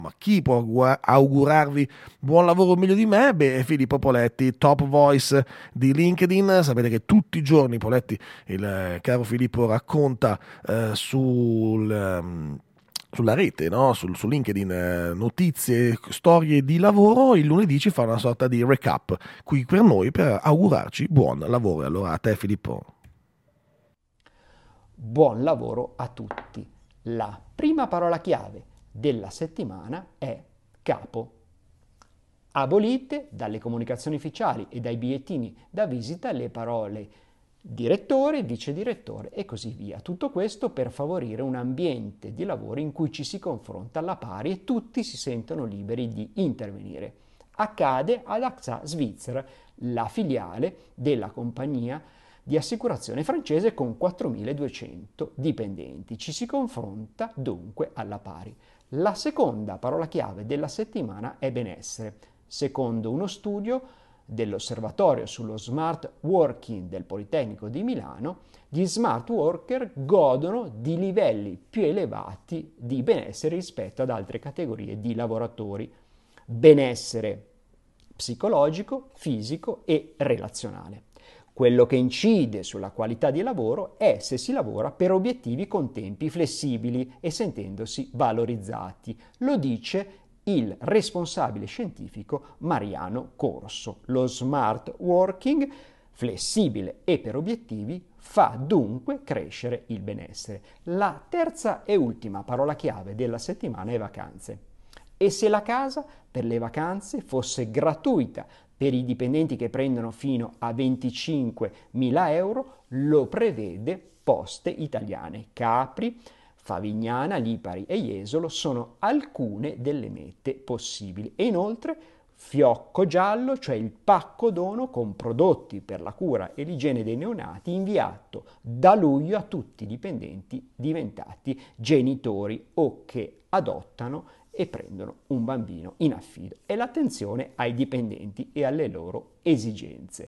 Ma chi può augurarvi buon lavoro meglio di me? Beh, Filippo Poletti, top voice di LinkedIn. Sapete che tutti i giorni Poletti, il caro Filippo, racconta sulla rete, no? Su LinkedIn, notizie, storie di lavoro. Il lunedì ci fa una sorta di recap qui per noi per augurarci buon lavoro. Allora a te, Filippo. Buon lavoro a tutti. La prima parola chiave della settimana è capo. Abolite dalle comunicazioni ufficiali e dai bigliettini da visita le parole direttore, vice direttore e così via. Tutto questo per favorire un ambiente di lavoro in cui ci si confronta alla pari e tutti si sentono liberi di intervenire. Accade ad AXA Svizzera, la filiale della compagnia di assicurazione francese con 4.200 dipendenti. Ci si confronta dunque alla pari. La seconda parola chiave della settimana è benessere. Secondo uno studio dell'Osservatorio sullo Smart Working del Politecnico di Milano, gli smart worker godono di livelli più elevati di benessere rispetto ad altre categorie di lavoratori. Benessere psicologico, fisico e relazionale. Quello che incide sulla qualità di lavoro è se si lavora per obiettivi con tempi flessibili e sentendosi valorizzati. Lo dice il responsabile scientifico Mariano Corso. Lo smart working, flessibile e per obiettivi, fa dunque crescere il benessere. La terza e ultima parola chiave della settimana è vacanze. E se la casa per le vacanze fosse gratuita per i dipendenti che prendono fino a 25.000 euro, lo prevede Poste Italiane. Capri, Favignana, Lipari e Jesolo sono alcune delle mete possibili. E inoltre Fiocco Giallo, cioè il pacco dono con prodotti per la cura e l'igiene dei neonati, inviato da luglio a tutti i dipendenti diventati genitori o che adottano e prendono un bambino in affido. E l'attenzione ai dipendenti e alle loro esigenze.